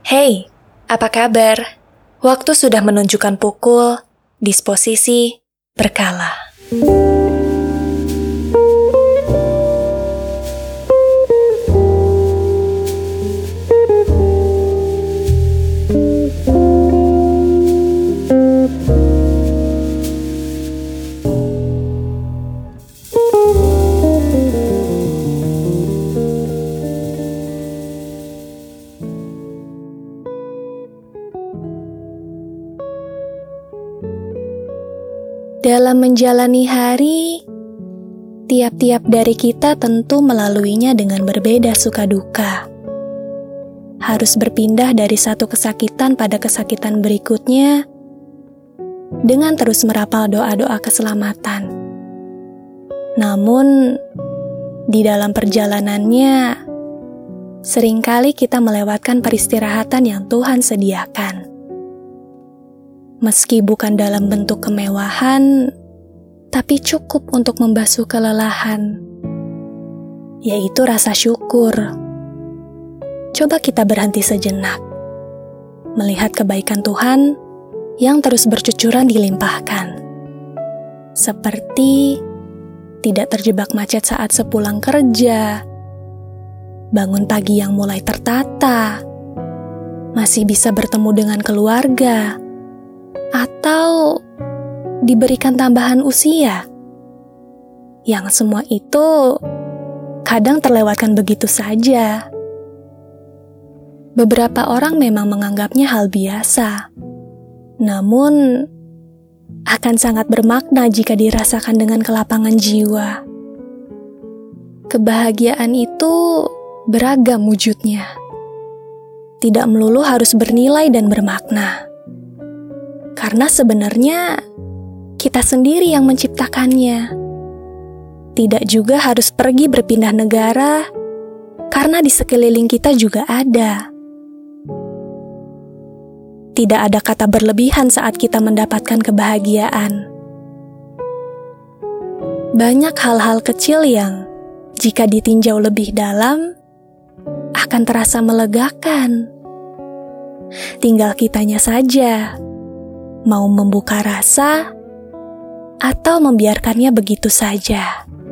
Hey, apa kabar? Waktu sudah menunjukkan pukul, disposisi, berkala. Dalam menjalani hari, tiap-tiap dari kita tentu melaluinya dengan berbeda suka duka. Harus berpindah dari satu kesakitan pada kesakitan berikutnya dengan terus merapal doa-doa keselamatan. Namun, di dalam perjalanannya, seringkali kita melewatkan peristirahatan yang Tuhan sediakan. Meski bukan dalam bentuk kemewahan, tapi cukup untuk membasuh kelelahan, yaitu rasa syukur. Coba kita berhenti sejenak, melihat kebaikan Tuhan yang terus bercucuran dilimpahkan. Seperti tidak terjebak macet saat sepulang kerja, bangun pagi yang mulai tertata, masih bisa bertemu dengan keluarga, atau diberikan tambahan usia. Yang semua itu kadang terlewatkan begitu saja. Beberapa orang memang menganggapnya hal biasa, namun akan sangat bermakna jika dirasakan dengan kelapangan jiwa. Kebahagiaan itu beragam wujudnya. Tidak melulu harus bernilai dan bermakna. Karena sebenarnya kita sendiri yang menciptakannya. Tidak juga harus pergi berpindah negara, karena di sekeliling kita juga ada. Tidak ada kata berlebihan saat kita mendapatkan kebahagiaan. Banyak hal-hal kecil yang, jika ditinjau lebih dalam, akan terasa melegakan. Tinggal kitanya saja mau membuka rasa atau membiarkannya begitu saja.